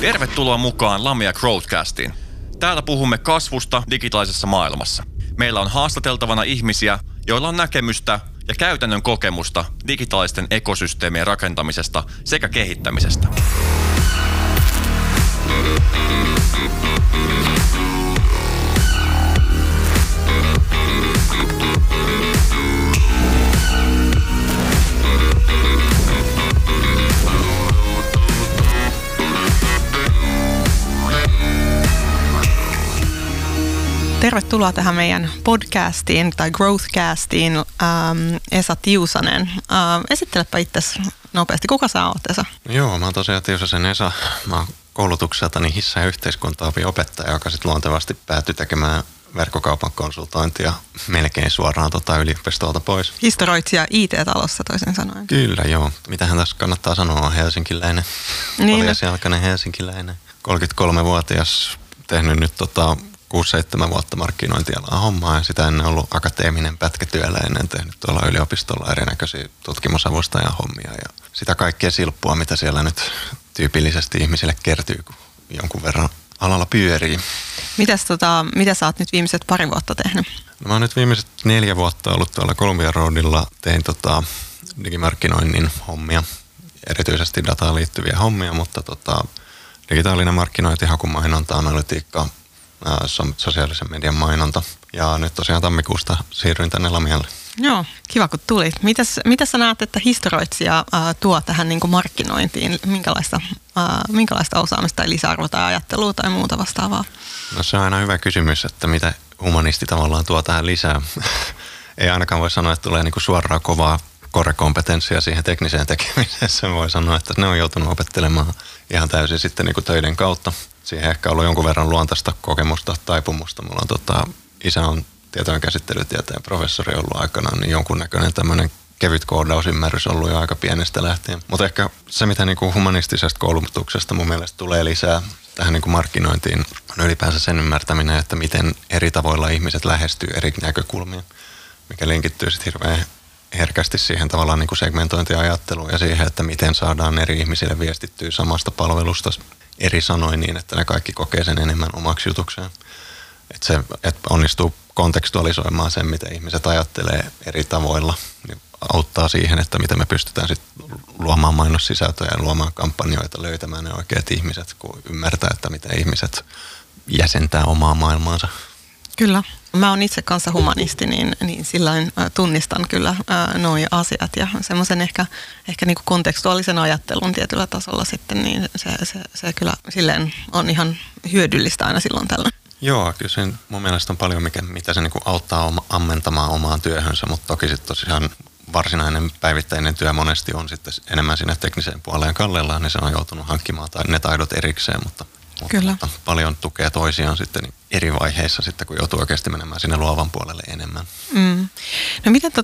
Tervetuloa mukaan Lamia Growthcastiin. Täällä puhumme kasvusta digitaalisessa maailmassa. Meillä on haastateltavana ihmisiä, joilla on näkemystä ja käytännön kokemusta digitaalisten ekosysteemien rakentamisesta sekä kehittämisestä. Tervetuloa tähän meidän podcastiin tai Growthcastiin, Esa Tiusanen. Esittelepä itsesi nopeasti. Kuka sä oot, Esa? Joo, mä oon tosiaan Tiusasen Esa. Mä oon koulutukseltani hissa- ja yhteiskuntaopin opettaja, joka sitten luontevasti päätyi tekemään verkkokaupan konsultointia melkein suoraan yliopistolta pois. Historioitsija IT-talossa toisin sanoen. Kyllä, joo. Mitähän tässä kannattaa sanoa, on helsinkiläinen, paljasjalkainen helsinkiläinen, 33-vuotias, tehnyt nyt 6-7 vuotta markkinointialaa hommaa ja sitä ennen ollut akateeminen pätkätyöläinen, tehnyt tuolla yliopistolla erinäköisiä tutkimusavustajan hommia ja sitä kaikkea silppua, mitä siellä nyt tyypillisesti ihmisille kertyy, kun jonkun verran alalla pyörii. Mitä sä oot nyt viimeiset pari vuotta tehnyt? No, mä oon nyt viimeiset 4 vuotta ollut tuolla Columbia Roadilla, tein digimarkkinoinnin hommia, erityisesti dataan liittyviä hommia, mutta digitaalinen markkinointi, hakumainonta, analytiikka, sosiaalisen median mainonta. Ja nyt tosiaan tammikuusta siirryin tänne Lamialle. Joo, kiva kun tulit. Mitä sä näet, että historioitsija tuo tähän niin kuin markkinointiin? Minkälaista osaamista tai lisäarvoa tai ajattelua tai muuta vastaavaa? No, se on aina hyvä kysymys, että mitä humanisti tavallaan tuo tähän lisää. Ei ainakaan voi sanoa, että tulee niin kuin suoraan kovaa core-kompetenssia siihen tekniseen tekemiseen. Sen voi sanoa, että ne on joutunut opettelemaan ihan täysin sitten niin kuin töiden kautta. Siihen ehkä ollut jonkun verran luontaista kokemusta, taipumusta. Mulla on isä on tietojen käsittelytieteen professori ollut aikanaan, niin jonkunnäköinen tämmöinen kevyt koodausymmärrys ollut jo aika pienestä lähtien. Mutta ehkä se, mitä niin kuin humanistisesta koulutuksesta mun mielestä tulee lisää tähän niin kuin markkinointiin, on ylipäänsä sen ymmärtäminen, että miten eri tavoilla ihmiset lähestyy eri näkökulmia, mikä linkittyy sitten hirveän herkästi siihen tavallaan niin kuin segmentointiajatteluun ja siihen, että miten saadaan eri ihmisille viestittyä samasta palvelusta eri sanoin niin, että ne kaikki kokee sen enemmän omaksi jutukseen. Että onnistuu kontekstualisoimaan sen, miten ihmiset ajattelee eri tavoilla, niin auttaa siihen, että miten me pystytään sitten luomaan mainossisältöjä ja luomaan kampanjoita, löytämään ne oikeat ihmiset, kun ymmärtää, että miten ihmiset jäsentää omaa maailmaansa. Kyllä. Mä oon itse kanssa humanisti, niin silloin tunnistan kyllä nuo asiat ja semmoisen ehkä niin kuin kontekstuaalisen ajattelun tietyllä tasolla sitten, niin se kyllä silleen on ihan hyödyllistä aina silloin tällöin. Joo, kyllä se mun mielestä on paljon, mitä se niin kuin auttaa ammentamaan omaan työhönsä, mutta toki sitten tosiaan varsinainen päivittäinen työ monesti on sitten enemmän sinne tekniseen puoleen kallellaan, niin se on joutunut hankkimaan ne taidot erikseen, mutta paljon tukee toisiaan sitten eri vaiheissa sitten, kun joutuu oikeasti menemään sinne luovan puolelle enemmän. No miten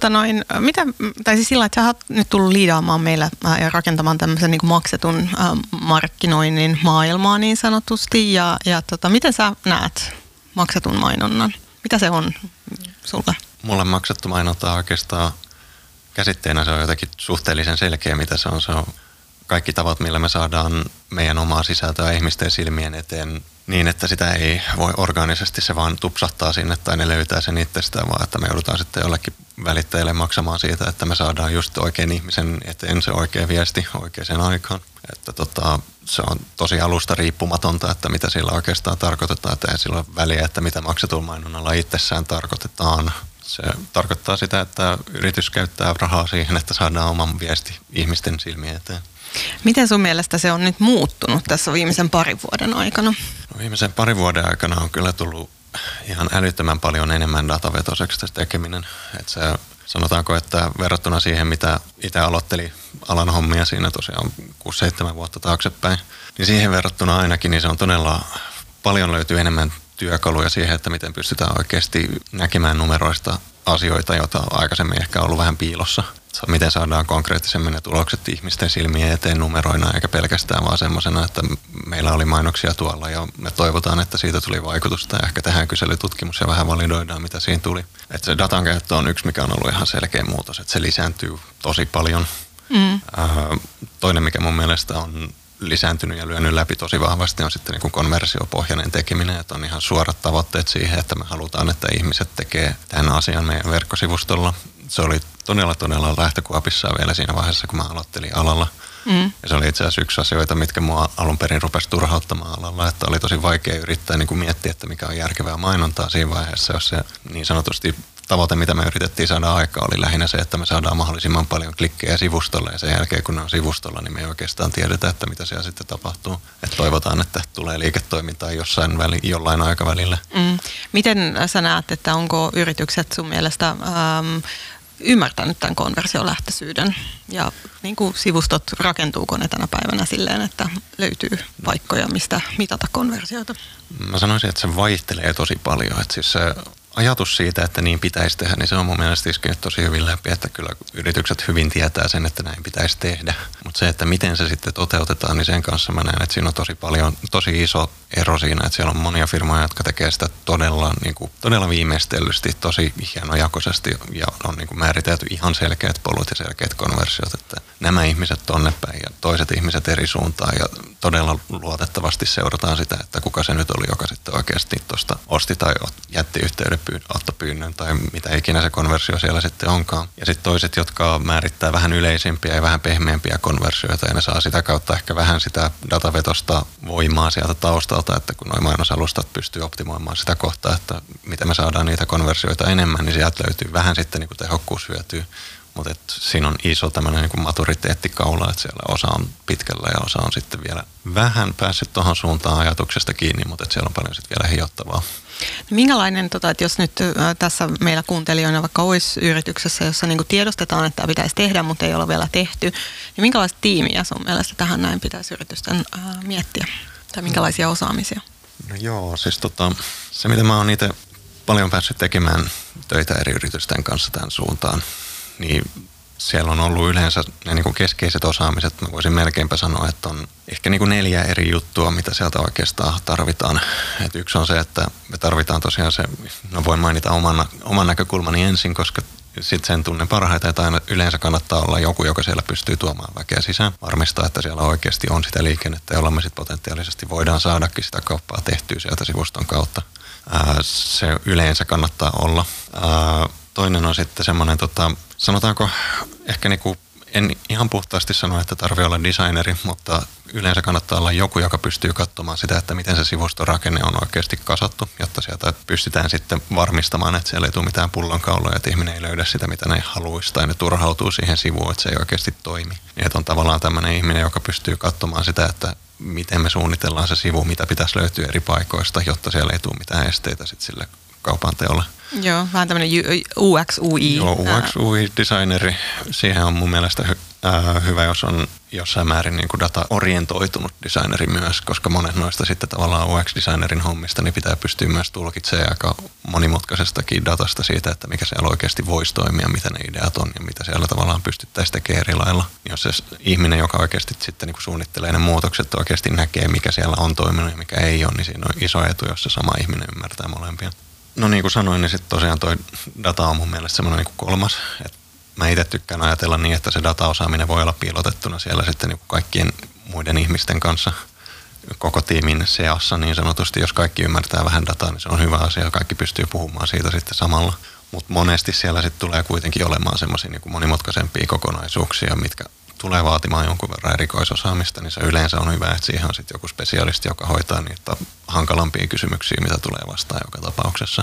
siis sillä, että sä oot nyt tullut liidaamaan meillä ja rakentamaan tämmöisen niin kuin maksetun markkinoinnin maailmaa niin sanotusti ja miten sä näet maksetun mainonnan? Mitä se on sulle? Mulle maksettu mainonta oikeastaan käsitteenä se on jotenkin suhteellisen selkeä, mitä se on. Se on kaikki tavat, millä me saadaan meidän omaa sisältöä ihmisten silmien eteen niin, että sitä ei voi orgaanisesti, se vaan tupsahtaa sinne tai ne löytää sen itsestään, vaan että me joudutaan sitten jollekin välittäjälle maksamaan siitä, että me saadaan just oikein ihmisen eteen se oikea viesti oikeaan aikaan. Että se on tosi alusta riippumatonta, että mitä sillä oikeastaan tarkoitetaan, että ei sillä ole väliä, että mitä maksetun mainonnalla itsessään tarkoitetaan. Se tarkoittaa sitä, että yritys käyttää rahaa siihen, että saadaan oman viesti ihmisten silmien eteen. Miten sun mielestä se on nyt muuttunut tässä viimeisen parin vuoden aikana? No, viimeisen parin vuoden aikana on kyllä tullut ihan älyttömän paljon enemmän datavetoiseksi tässä tekeminen. Että se, sanotaanko, että verrattuna siihen, mitä itse aloitteli alan hommia siinä tosiaan 6-7 vuotta taaksepäin, niin siihen verrattuna ainakin niin se on todella paljon löytyy enemmän työkaluja siihen, että miten pystytään oikeasti näkemään numeroista asioita, joita aikaisemmin ehkä on ollut vähän piilossa. Miten saadaan konkreettisemmin ne tulokset ihmisten silmien eteen numeroina, eikä pelkästään vaan semmoisena, että meillä oli mainoksia tuolla ja me toivotaan, että siitä tuli vaikutusta ja ehkä tehdään kyselytutkimus ja vähän validoidaan, mitä siinä tuli. Että se datan käyttö on yksi, mikä on ollut ihan selkeä muutos, että se lisääntyy tosi paljon. Toinen, mikä mun mielestä on lisääntynyt ja lyönyt läpi tosi vahvasti, on sitten niin kuin konversiopohjainen tekeminen, että on ihan suorat tavoitteet siihen, että me halutaan, että ihmiset tekee tämän asian meidän verkkosivustolla. Se oli todella lähtökuopissa vielä siinä vaiheessa, kun mä aloittelin alalla. Ja se oli itse asiassa yksi asioita, mitkä mua alun perin rupesi turhauttamaan alalla, että oli tosi vaikea yrittää niin kuin miettiä, että mikä on järkevää mainontaa siinä vaiheessa, jos se niin sanotusti tavoite, mitä me yritettiin saada aikaa, oli lähinnä se, että me saadaan mahdollisimman paljon klikkejä sivustolle ja sen jälkeen, kun ne on sivustolla, niin me ei oikeastaan tiedetä, että mitä siellä sitten tapahtuu. Että toivotaan, että tulee liiketoimintaa jollain aikavälillä. Miten sä näet, että onko yritykset sun mielestä ymmärtänyt tämän konversiolähtöisyyden ja niin kuin sivustot, rakentuuko ne tänä päivänä silleen, että löytyy paikkoja, mistä mitata konversioita? Mä sanoisin, että se vaihtelee tosi paljon. Että siis se ajatus siitä, että niin pitäisi tehdä, niin se on mun mielestä iskenyt tosi hyvin läpi, että kyllä yritykset hyvin tietää sen, että näin pitäisi tehdä. Mutta se, että miten se sitten toteutetaan, niin sen kanssa mä näen, että siinä on tosi iso ero siinä, että siellä on monia firmoja, jotka tekee sitä todella viimeistellysti, tosi hienojakoisesti ja on niin kuin määritelty ihan selkeät polut ja selkeät konversiot, että nämä ihmiset tonne päin ja toiset ihmiset eri suuntaan ja todella luotettavasti seurataan sitä, että kuka se nyt oli, joka sitten oikeasti tuosta osti tai jätti yhteydenottopyynnön tai mitä ikinä se konversio siellä sitten onkaan. Ja sitten toiset, jotka määrittää vähän yleisimpiä ja vähän pehmeämpiä konversioita ja ne saa sitä kautta ehkä vähän sitä datavetosta voimaa sieltä taustalta, että kun nuo mainosalustat pystyy optimoimaan sitä kohtaa, että miten me saadaan niitä konversioita enemmän, niin sieltä löytyy vähän sitten niin kuin tehokkuushyötyä. Mutta siinä on iso tämmöinen niin kuin maturiteettikaula, että siellä osa on pitkällä ja osa on sitten vielä vähän päässyt tuohon suuntaan ajatuksesta kiinni, mutta siellä on paljon sitten vielä hiottavaa. Minkälainen, että jos nyt tässä meillä kuuntelijoina vaikka olisi yrityksessä, jossa niin kuin tiedostetaan, että tämä pitäisi tehdä, mutta ei ole vielä tehty, niin minkälaista tiimiä sun mielestä tähän näin pitäisi yritysten miettiä? Tai minkälaisia osaamisia? No joo, siis se mitä mä oon itse paljon päässyt tekemään töitä eri yritysten kanssa tähän suuntaan, niin siellä on ollut yleensä ne niin kuin keskeiset osaamiset. Mä voisin melkeinpä sanoa, että on ehkä niin kuin 4 eri juttua, mitä sieltä oikeastaan tarvitaan. Et yksi on se, että me tarvitaan tosiaan se, no voin mainita oman näkökulmani ensin, koska sitten sen tunnen parhaiten, että aina yleensä kannattaa olla joku, joka siellä pystyy tuomaan väkeä sisään. Varmistaa, että siellä oikeasti on sitä liikennettä, jolla me sitten potentiaalisesti voidaan saadakin sitä kauppaa tehtyä sieltä sivuston kautta. Se yleensä kannattaa olla. Toinen on sitten semmoinen, sanotaanko ehkä niinku, en ihan puhtaasti sano, että tarvitsee olla designeri, mutta yleensä kannattaa olla joku, joka pystyy katsomaan sitä, että miten se sivuston rakenne on oikeasti kasattu, jotta sieltä pystytään sitten varmistamaan, että siellä ei tule mitään pullonkauloja, että ihminen ei löydä sitä, mitä ne haluaisi, tai ne turhautuu siihen sivuun, että se ei oikeasti toimi. Niin, että on tavallaan tämmöinen ihminen, joka pystyy katsomaan sitä, että miten me suunnitellaan se sivu, mitä pitäisi löytyä eri paikoista, jotta siellä ei tule mitään esteitä sitten sille kaupan teolle. Joo, vähän tämmöinen UX, UI. Joo, UX, UI-designeri. Siihen on mun mielestä hyvä, jos on jossain määrin niin kuin data-orientoitunut designeri myös, koska monet noista sitten tavallaan UX-designerin hommista niin pitää pystyä myös tulkitsemaan aika monimutkaisestakin datasta siitä, että mikä siellä oikeasti voisi toimia, mitä ne ideat on ja mitä siellä tavallaan pystyttäisiin tekemään eri lailla. Jos se ihminen, joka oikeasti sitten niin kuin suunnittelee ne muutokset, oikeasti näkee, mikä siellä on toiminut ja mikä ei ole, niin siinä on iso etu, jos se sama ihminen ymmärtää molempia. No niin kuin sanoin, niin sitten tosiaan toi data on mun mielestä semmoinen niin kuin 3. Et mä itse tykkään ajatella niin, että se dataosaaminen voi olla piilotettuna siellä sitten niin kuin kaikkien muiden ihmisten kanssa koko tiimin seassa niin sanotusti. Jos kaikki ymmärtää vähän dataa, niin se on hyvä asia. Kaikki pystyy puhumaan siitä sitten samalla. Mutta monesti siellä sitten tulee kuitenkin olemaan semmoisia niin kuin monimutkaisempia kokonaisuuksia, mitkä tulee vaatimaan jonkun verran erikoisosaamista, niin se yleensä on hyvä, että siihen on sitten joku spesialisti, joka hoitaa niitä hankalampia kysymyksiä, mitä tulee vastaan joka tapauksessa.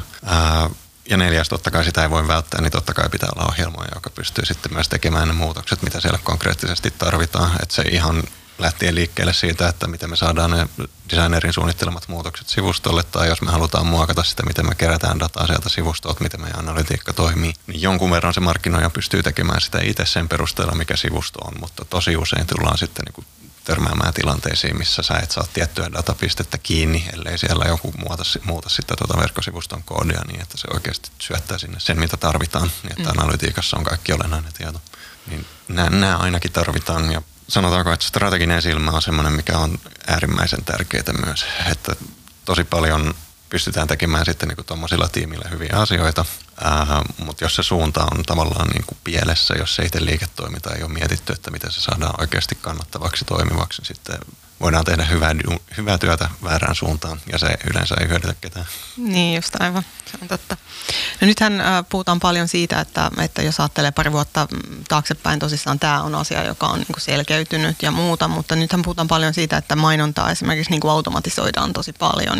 Ja 4. totta kai sitä ei voi välttää, niin totta kai pitää olla ohjelmoja, joka pystyy sitten myös tekemään ne muutokset, mitä siellä konkreettisesti tarvitaan. Että se ihan lähtien liikkeelle siitä, että miten me saadaan ne designerin suunnittelemat muutokset sivustolle, tai jos me halutaan muokata sitä, miten me kerätään dataa sieltä sivustolta, miten meidän analytiikka toimii, niin jonkun verran se markkinoija pystyy tekemään sitä itse sen perusteella, mikä sivusto on, mutta tosi usein tullaan sitten niin kuin törmäämään tilanteisiin, missä sä et saa tiettyä datapistettä kiinni, ellei siellä joku muuta sitten verkkosivuston koodia niin, että se oikeasti syöttää sinne sen, mitä tarvitaan, niin että analytiikassa on kaikki olennainen tieto. Niin nämä ainakin tarvitaan, ja sanotaanko, että strateginen silmä on semmoinen, mikä on äärimmäisen tärkeää myös, että tosi paljon pystytään tekemään sitten niin kuin tuommoisilla tiimillä hyviä asioita, mutta jos se suunta on tavallaan niin kuin pielessä, jos se itse liiketoiminta ei ole mietitty, että miten se saadaan oikeasti kannattavaksi toimivaksi, niin sitten voidaan tehdä hyvää työtä väärään suuntaan ja se yleensä ei hyödytä ketään. Niin, just aivan. Se on totta. No nythän puhutaan paljon siitä, että jos ajattelee pari vuotta taaksepäin, tosissaan tämä on asia, joka on niin kuin selkeytynyt ja muuta, mutta nythän puhutaan paljon siitä, että mainontaa esimerkiksi niin kuin automatisoidaan tosi paljon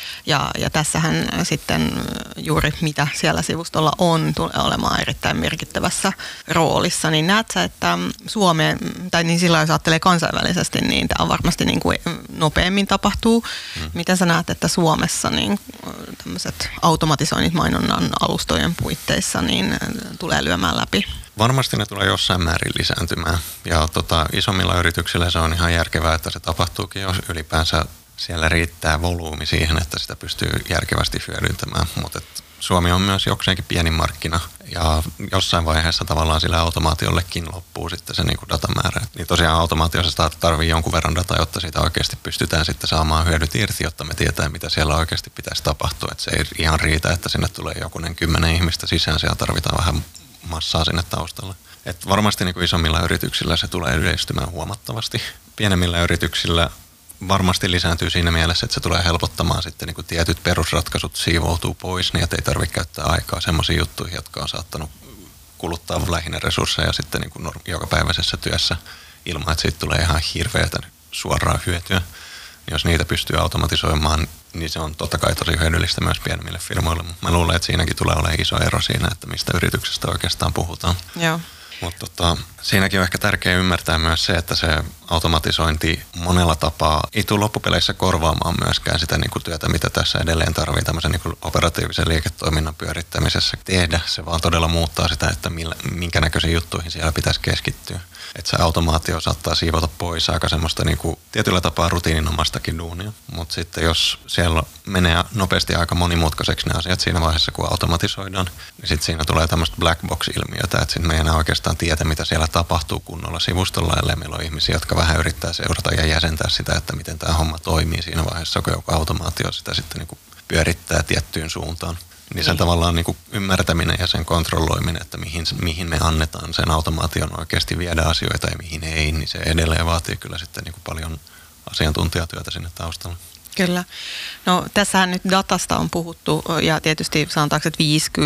ja tässähän sitten juuri mitä siellä sivustolla on, tulee olemaan erittäin merkittävässä roolissa. Niin näet sä, että Suomeen, tai niin silloin jos ajattelee kansainvälisesti, niin tämä on varmasti niin kuin nopeammin tapahtuu. Miten sä näet, että Suomessa niin tämmöiset automatisoinnit mainonnan alustojen puitteissa niin tulee lyömään läpi? Varmasti ne tulee jossain määrin lisääntymään ja isommilla yrityksillä se on ihan järkevää, että se tapahtuukin, jos ylipäänsä siellä riittää volyymi siihen, että sitä pystyy järkevästi hyödyntämään, mutta Suomi on myös jokseenkin pieni markkina ja jossain vaiheessa tavallaan sillä automaatiollekin loppuu sitten se niin datamäärä. Niin tosiaan automaatiossa tarvii jonkun verran dataa, jotta siitä oikeasti pystytään sitten saamaan hyödyt irti, jotta me tietää, mitä siellä oikeasti pitäisi tapahtua. Että se ei ihan riitä, että sinne tulee jokunen 10 ihmistä sisään, siellä tarvitaan vähän massaa sinne taustalle. Et varmasti niin kuin isommilla yrityksillä se tulee yleistymään huomattavasti. Pienemmillä yrityksillä varmasti lisääntyy siinä mielessä, että se tulee helpottamaan sitten niin kuin tietyt perusratkaisut siivoutuu pois, niin että ei tarvitse käyttää aikaa semmoisiin juttuihin, jotka on saattanut kuluttaa lähinnä resursseja sitten niin kuin jokapäiväisessä työssä ilman, että siitä tulee ihan hirveätä suoraa hyötyä. Jos niitä pystyy automatisoimaan, niin se on totta kai tosi hyödyllistä myös pienemmille firmoille. Mä luulen, että siinäkin tulee olemaan iso ero siinä, että mistä yrityksestä oikeastaan puhutaan. Joo. Mutta siinäkin on ehkä tärkeää ymmärtää myös se, että se automatisointi monella tapaa ei tule loppupeleissä korvaamaan myöskään sitä niin kuin työtä, mitä tässä edelleen tarvitsee tämmöisen niin kuin operatiivisen liiketoiminnan pyörittämisessä tehdä. Se vaan todella muuttaa sitä, että minkä näköisiin juttuihin siellä pitäisi keskittyä. Että se automaatio saattaa siivota pois aika semmoista niin kuin tietyllä tapaa rutiininomastakin duunia. Mutta sitten jos siellä menee nopeasti aika monimutkaiseksi ne asiat siinä vaiheessa, kun automatisoidaan, niin sitten siinä tulee tämmöistä black box-ilmiötä, että sitten me ei enää oikeastaan tiedä, mitä siellä tapahtuu kunnolla sivustolla, ellei meillä on ihmisiä, jotka vähän yrittää seurata ja jäsentää sitä, että miten tämä homma toimii siinä vaiheessa, kun joku automaatio sitä sitten niin kuin pyörittää tiettyyn suuntaan. Niin sen tavallaan niin kuin ymmärtäminen ja sen kontrolloiminen, että mihin me annetaan sen automaation oikeasti viedä asioita ja mihin ei, niin se edelleen vaatii kyllä sitten niin kuin paljon asiantuntijatyötä sinne taustalla. Kyllä. No tässähän nyt datasta on puhuttu ja tietysti sanotaanko, että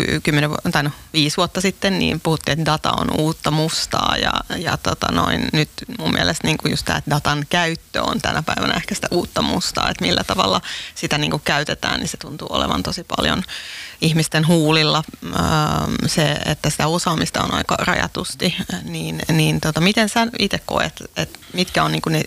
5 vuotta sitten niin puhuttiin, että data on uutta mustaa ja nyt mun mielestä niin kuin just tämä datan käyttö on tänä päivänä ehkä sitä uutta mustaa, että millä tavalla sitä niin kuin käytetään, niin se tuntuu olevan tosi paljon ihmisten huulilla. Se, että sitä osaamista on aika rajatusti, niin miten sä itse koet, että mitkä on niin kuin ne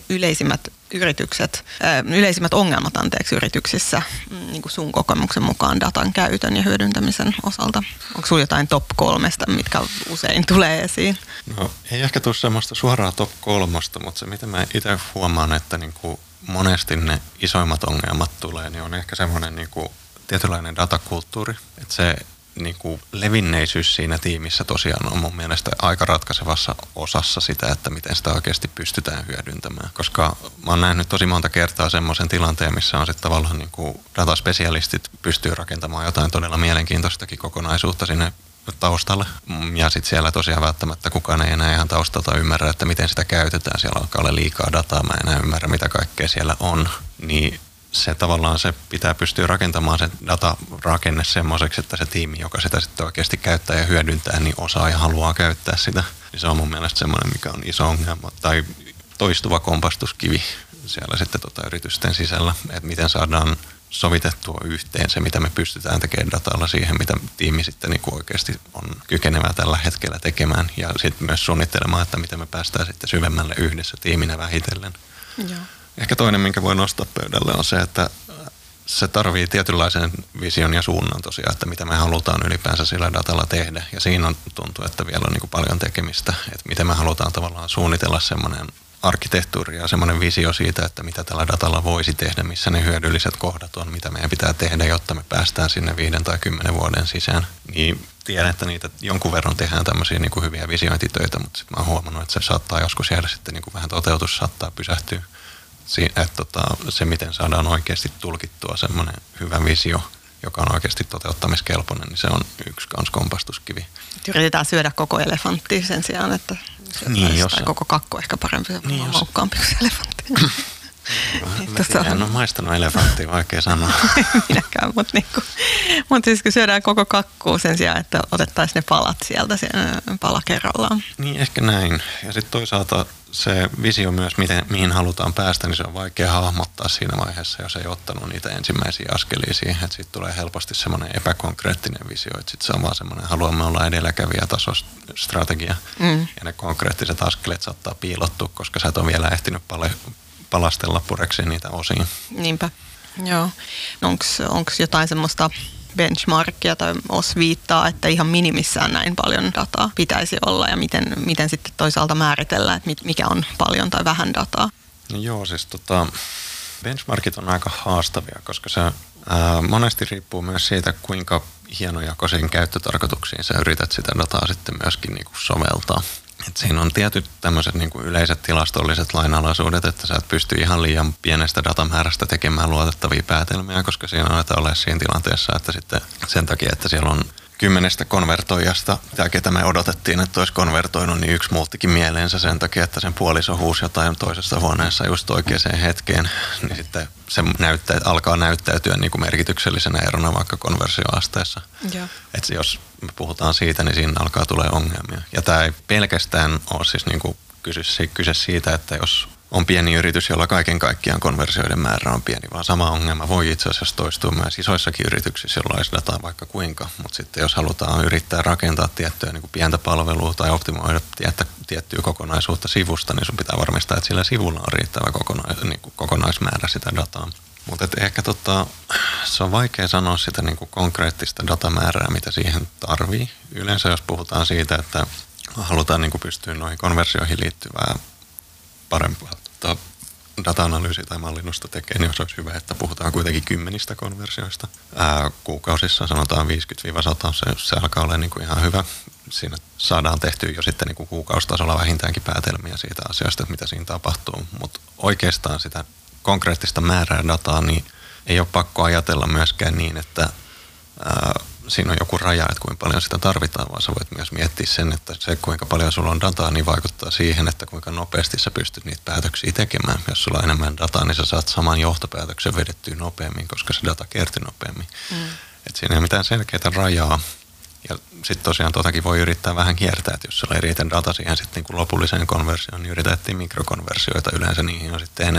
yleisimmät ongelmat yrityksissä niin kuin sun kokemuksen mukaan datan käytön ja hyödyntämisen osalta? Onko sulla jotain top 3, mitkä usein tulee esiin? No ei ehkä tule semmoista suoraa top 3, mutta se mitä mä itse huomaan, että niin kuin monesti ne isoimmat ongelmat tulee, niin on ehkä semmoinen niin kuin tietynlainen datakulttuuri, että se niin kuin levinneisyys siinä tiimissä tosiaan on mun mielestä aika ratkaisevassa osassa sitä, että miten sitä oikeasti pystytään hyödyntämään. Koska mä oon nähnyt tosi monta kertaa semmoisen tilanteen, missä on sitten tavallaan niin kuin dataspesialistit pystyy rakentamaan jotain todella mielenkiintoistakin kokonaisuutta sinne taustalle. Ja sitten siellä tosiaan välttämättä kukaan ei enää ihan taustalta ymmärrä, että miten sitä käytetään. Siellä alkaa olla liikaa dataa, mä en enää ymmärrä, mitä kaikkea siellä on. Niin se tavallaan se pitää pystyä rakentamaan se datarakenne semmoiseksi, että se tiimi, joka sitä sitten oikeasti käyttää ja hyödyntää, niin osaa ja haluaa käyttää sitä. Niin se on mun mielestä semmoinen, mikä on iso ongelma tai toistuva kompastuskivi siellä sitten yritysten sisällä, että miten saadaan sovitettua yhteen se, mitä me pystytään tekemään datalla siihen, mitä tiimi sitten niin kuin oikeasti on kykenevää tällä hetkellä tekemään ja sitten myös suunnittelemaan, että miten me päästään sitten syvemmälle yhdessä tiiminä vähitellen. Joo. Ehkä toinen, minkä voi nostaa pöydälle, on se, että se tarvii tietynlaisen vision ja suunnan tosiaan, että mitä me halutaan ylipäänsä sillä datalla tehdä. Ja siinä tuntuu, että vielä on niin kuin paljon tekemistä, että miten me halutaan tavallaan suunnitella semmoinen arkkitehtuuri ja semmoinen visio siitä, että mitä tällä datalla voisi tehdä, missä ne hyödylliset kohdat on, mitä meidän pitää tehdä, jotta me päästään sinne 5 tai 10 vuoden sisään. Niin tiedän, että niitä jonkun verran tehdään tämmöisiä niin kuin hyviä visiointitöitä, mutta sitten mä oon huomannut, että se saattaa joskus jäädä sitten niin kuin vähän toteutus, saattaa pysähtyä. Että se, miten saadaan oikeasti tulkittua semmoinen hyvä visio, joka on oikeasti toteuttamiskelpoinen, niin se on yksi kans kompastuskivi. Yritetään syödä koko elefantti sen sijaan, että koko kakko ehkä parempi, se on maukkaampi kuin se elefantti. En ole maistanut elefanttia, vaikea sanoa. Minäkään, mutta siis kun syödään koko kakkuu sen sijaan, että otettaisiin ne palat sieltä pala kerrallaan. Niin, ehkä näin. Ja sitten toisaalta se visio myös, mihin halutaan päästä, niin se on vaikea hahmottaa siinä vaiheessa, jos ei ottanut niitä ensimmäisiä askelia siihen. Että sitten tulee helposti semmoinen epäkonkreettinen visio, että sitten se on vaan semmoinen, haluamme olla edelläkävijätasostrategia. Ja ne konkreettiset askeleet saattaa piilottua, koska sä et ole vielä ehtinyt palastella pureksiin niitä osiin. Niinpä, joo. Onko jotain semmoista benchmarkia tai osviittaa, että ihan minimissään näin paljon dataa pitäisi olla ja miten sitten toisaalta määritellään, että mikä on paljon tai vähän dataa? No joo, siis benchmarkit on aika haastavia, koska se monesti riippuu myös siitä, kuinka hienojakoisiin käyttötarkoituksiin sä yrität sitä dataa sitten myöskin niin kuin soveltaa. Et siinä on tietyt tämmöiset niin kuin yleiset tilastolliset lainalaisuudet, että sä et pysty ihan liian pienestä datamäärästä tekemään luotettavia päätelmiä, koska siinä aletaan olla siinä tilanteessa, että sitten sen takia, että siellä on 10 konvertoijasta, ja ketä me odotettiin, että olisi konvertoinut, niin yksi muuttikin mieleensä sen takia, että sen puoliso huusi jotain toisessa huoneessa just oikeaan hetkeen, niin sitten se alkaa näyttäytyä niin kuin merkityksellisenä erona vaikka konversioasteessa. Että jos me puhutaan siitä, niin siinä alkaa tulee ongelmia. Ja tämä ei pelkästään ole siis niin kuin kyse siitä, että jos on pieni yritys, jolla kaiken kaikkiaan konversioiden määrä on pieni, vaan sama ongelma voi itse asiassa toistua myös isoissakin yrityksissä, jolla olisi dataa vaikka kuinka. Mutta sitten jos halutaan yrittää rakentaa tiettyä niin kuin pientä palvelua tai optimoida tiettyä kokonaisuutta sivusta, niin sun pitää varmistaa, että sillä sivulla on riittävä kokonaismäärä sitä dataa. Mutta ehkä se on vaikea sanoa sitä niin kuin konkreettista datamäärää, mitä siihen tarvii. Yleensä jos puhutaan siitä, että halutaan niin kuin pystyä noihin konversioihin liittyvää parempaa data-analyysiä tai mallinnusta tekee, niin olisi hyvä, että puhutaan kuitenkin 10 konversioista. Kuukausissa sanotaan 50-100, se alkaa olla niin kuin ihan hyvä. Siinä saadaan tehtyä jo sitten niin kuin kuukausitasolla vähintäänkin päätelmiä siitä asiasta, että mitä siinä tapahtuu. Mutta oikeastaan sitä konkreettista määrää dataa, niin ei ole pakko ajatella myöskään niin, että siinä on joku raja, että kuinka paljon sitä tarvitaan, vaan sä voit myös miettiä sen, että se kuinka paljon sulla on dataa, niin vaikuttaa siihen, että kuinka nopeasti sä pystyt niitä päätöksiä tekemään. Jos sulla on enemmän dataa, niin sä saat saman johtopäätöksen vedettyä nopeammin, koska se data kertyy nopeammin. Et siinä ei ole mitään selkeää rajaa. Ja sitten tosiaan voi yrittää vähän kiertää, että jos sulla ei riitä data siihen sitten niin kuin lopulliseen konversioon, niin yritettiin mikrokonversioita. Yleensä niihin on sitten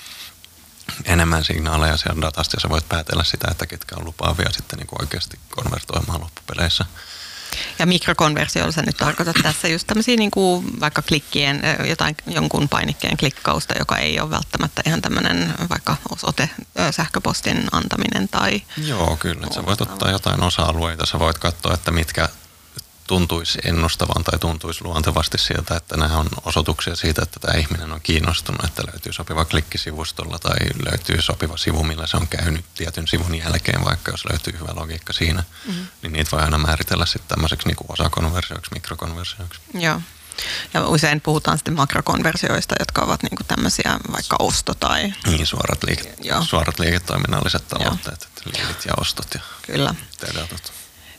enemmän signaaleja siellä datasta ja sä voit päätellä sitä, että ketkä on lupaavia sitten niin kuin oikeasti konvertoimaan loppupeleissä. Ja mikrokonversioilla sä nyt tarkoitat tässä just tämmöisiä niin kuin vaikka klikkien, jonkun painikkeen klikkausta, joka ei ole välttämättä ihan tämmöinen vaikka osoite, sähköpostin antaminen tai... Joo, kyllä. Sä voit ottaa jotain osa-alueita, sä voit katsoa, että mitkä tuntuisi ennustavan tai tuntuisi luontevasti siltä, että nämä on osoituksia siitä, että tämä ihminen on kiinnostunut, että löytyy sopiva klikki sivustolla tai löytyy sopiva sivu, millä se on käynyt tietyn sivun jälkeen, vaikka jos löytyy hyvä logiikka siinä, niin niitä voi aina määritellä sitten tämmöiseksi niin kuin osakonversioiksi, mikrokonversioiksi. Joo. Ja usein puhutaan sitten makrokonversioista, jotka ovat niin kuin tämmöisiä vaikka osto tai... Niin, suorat liiketoiminnalliset tavoitteet, liidit ja ostot ja kyllä. datat.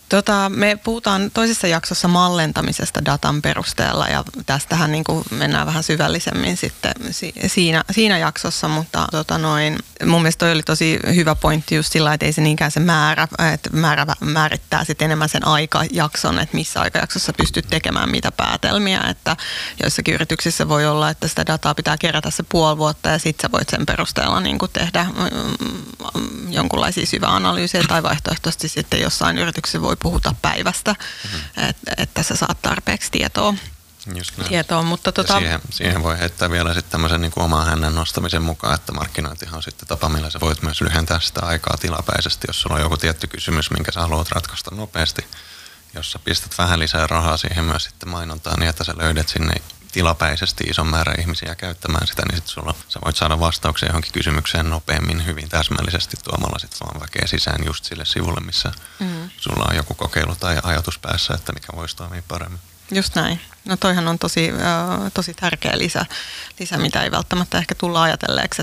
Me puhutaan toisessa jaksossa mallentamisesta datan perusteella ja tästähän niin kuin mennään vähän syvällisemmin sitten siinä jaksossa, mutta mun mielestä toi oli tosi hyvä pointti just sillä, että ei se niinkään se määrä, että määrä määrittää sitten enemmän sen aikajakson, että missä aikajaksossa pystyt tekemään mitä päätelmiä, että joissakin yrityksissä voi olla, että sitä dataa pitää kerätä se puoli vuotta ja sitten sä voit sen perusteella niin kuin tehdä jonkunlaisia syväanalyysejä tai vaihtoehtoisesti sitten jossain yrityksessä voi puhuta päivästä, että sä saat tarpeeksi tietoa. Mutta siihen voi heittää vielä sitten tämmöisen niin kuin oman hännän nostamisen mukaan, että markkinointihan on sitten tapa, millä sä voit myös lyhentää sitä aikaa tilapäisesti, jos sulla on joku tietty kysymys, minkä sä haluat ratkaista nopeasti. Jos sä pistät vähän lisää rahaa siihen myös sitten mainontaan, niin että sä löydät sinne tilapäisesti ison määrän ihmisiä käyttämään sitä, niin sitten sä voit saada vastauksia johonkin kysymykseen nopeammin, hyvin täsmällisesti tuomalla sitten vaan väkeä sisään just sille sivulle, missä sulla on joku kokeilu tai ajatus päässä, että mikä voisi toimia paremmin. Just näin. No toihan on tosi tärkeä lisä, mitä ei välttämättä ehkä tulla ajatelleeksi,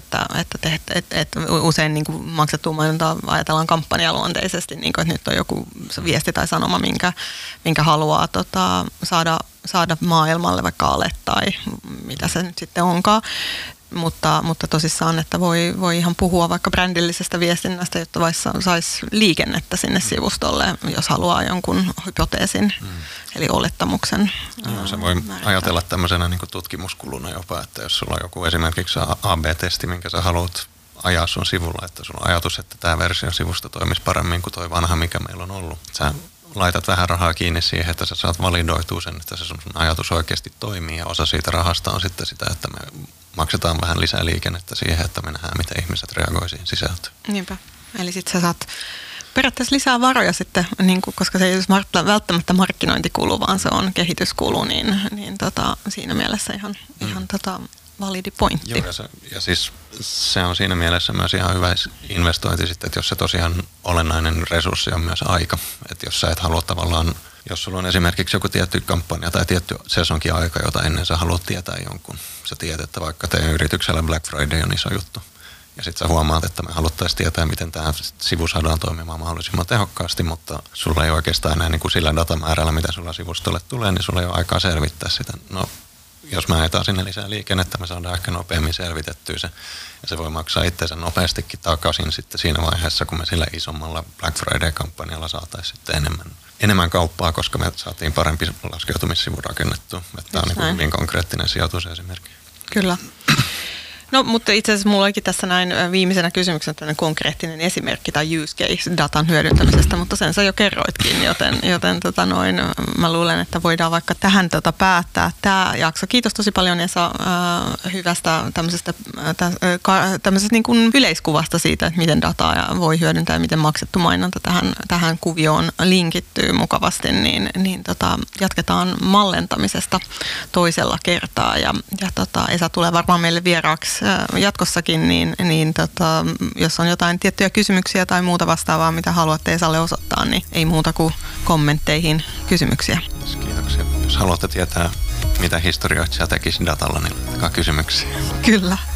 että usein niin kuin maksettua mainontaa ajatellaan kampanjaluonteisesti, niin kuin, että nyt on joku viesti tai sanoma, minkä haluaa saada maailmalle vaikka Ale tai mitä se nyt sitten onkaan. mutta tosissaan, että voi ihan puhua vaikka brändillisestä viestinnästä, jotta saisi liikennettä sinne sivustolle, jos haluaa jonkun hypoteesin, eli olettamuksen. Se voi ajatella tämmöisenä niin kuin tutkimuskuluna jopa, että jos sulla on joku esimerkiksi AB-testi, minkä sä haluat ajaa sun sivulla, että sulla on ajatus, että tämä versio sivusta toimisi paremmin kuin toi vanha, mikä meillä on ollut. Sä laitat vähän rahaa kiinni siihen, että sä saat validoitua sen, että se sun ajatus oikeasti toimii, ja osa siitä rahasta on sitten sitä, että me maksetaan vähän lisää liikennettä siihen, että me nähdään, miten ihmiset reagoi siihen sisältöön. Niinpä. Eli sitten sä saat periaatteessa lisää varoja sitten, niin koska se ei ole välttämättä markkinointikulu, vaan se on kehityskulu, niin siinä mielessä ihan validi pointti. Joo, ja siis se on siinä mielessä myös ihan hyvä investointi sitten, että jos se tosiaan olennainen resurssi on myös aika. Että jos sä et halua tavallaan, jos sulla on esimerkiksi joku tietty kampanja tai tietty sesonkin aika, jota ennen sä haluat tietää jonkun. Sä tiedät, että vaikka teidän yrityksellä Black Friday on iso juttu. Ja sitten sä huomaat, että me haluttaisiin tietää, miten tämä sivu saadaan toimimaan mahdollisimman tehokkaasti, mutta sulla ei oikeastaan enää niin kuin sillä datamäärällä, mitä sulla sivustolle tulee, niin sulla ei ole aikaa selvittää sitä. No, jos mä ajetaan sinne lisää liikennettä, me saadaan ehkä nopeammin selvitettyä se. Ja se voi maksaa itseensä nopeastikin takaisin sitten siinä vaiheessa, kun me sillä isommalla Black Friday-kampanjalla saataisiin sitten enemmän kauppaa, koska me saatiin parempi laskeutumissivu rakennettua. Tämä on niin hyvin konkreettinen sijoitusesimerkki. Kyllä. No, mutta itse asiassa mulla olikin tässä näin viimeisenä kysymyksenä tämmöinen konkreettinen esimerkki tai use case datan hyödyntämisestä, mutta sen sä jo kerroitkin, joten mä luulen, että voidaan vaikka tähän päättää tämä jakso. Kiitos tosi paljon Esa hyvästä tämmöisestä niin kuin yleiskuvasta siitä, että miten dataa voi hyödyntää ja miten maksettu mainonta tähän kuvioon linkittyy mukavasti, niin jatketaan mallentamisesta toisella kertaa ja Esa tulee varmaan meille vieraaksi jatkossakin, niin jos on jotain tiettyjä kysymyksiä tai muuta vastaavaa, mitä haluatte Esalle osoittaa, niin ei muuta kuin kommentteihin kysymyksiä. Kiitoksia. Jos haluatte tietää, mitä historioitsija tekisi datalla, niin laittakaa kysymyksiä. Kyllä.